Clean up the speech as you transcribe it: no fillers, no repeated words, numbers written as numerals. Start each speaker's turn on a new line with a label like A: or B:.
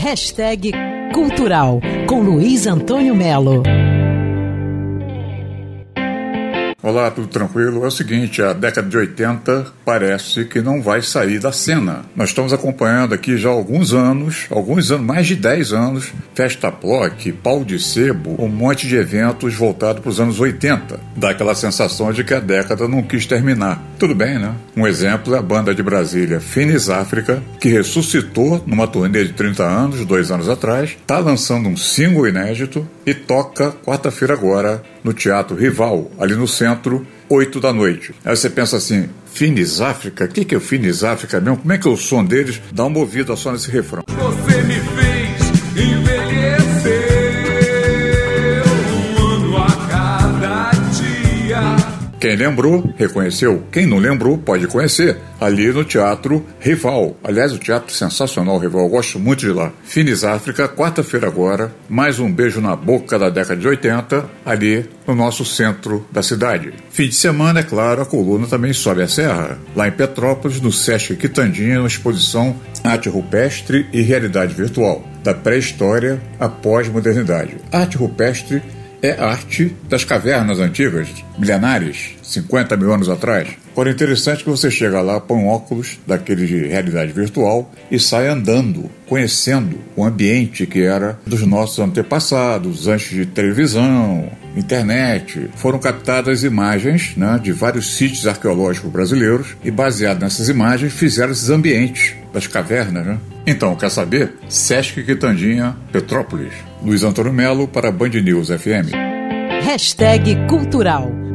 A: Hashtag Cultural, com Luiz Antônio Melo.
B: Olá, tudo tranquilo? É o seguinte, a década de 80 parece que não vai sair da cena. Nós estamos acompanhando aqui já há alguns anos, mais de 10 anos, Festa Ploc, Pau de Sebo, um monte de eventos voltados para os anos 80. Dá aquela sensação de que a década não quis terminar. Tudo bem, né? Um exemplo é a banda de Brasília, Finis África, que ressuscitou numa turnê de 30 anos, 2 anos atrás, está lançando um single inédito e toca quarta-feira agora no Teatro Rival, ali no centro, 8 da noite. Aí você pensa assim, Finis África? O que é o Finis África mesmo? Como é que é o som deles? Dá uma ouvida só nesse refrão.
C: Você me fez envelhecer um ano a cada dia.
B: Quem lembrou, reconheceu. Quem não lembrou, pode conhecer. Ali no Teatro Rival. Aliás, o teatro sensacional, Rival. Eu gosto muito de lá. Finis África, quarta-feira agora. Mais um beijo na boca da década de 80, ali no nosso centro da cidade. Fim de semana, é claro, a coluna também sobe a serra. Lá em Petrópolis, no Sesc Quitandinha, uma exposição Arte Rupestre e Realidade Virtual. Da pré-história à pós-modernidade. Arte rupestre é arte das cavernas antigas, milenares, 50 mil anos atrás. Agora é interessante que você chega lá, põe um óculos daquele de realidade virtual e sai andando, conhecendo o ambiente que era dos nossos antepassados, antes de televisão, internet. Foram captadas imagens, né, de vários sítios arqueológicos brasileiros e, baseado nessas imagens, fizeram esses ambientes das cavernas, né? Então, quer saber? Sesc Quitandinha, Petrópolis. Luiz Antônio Melo para Band News FM.
A: Hashtag Cultural,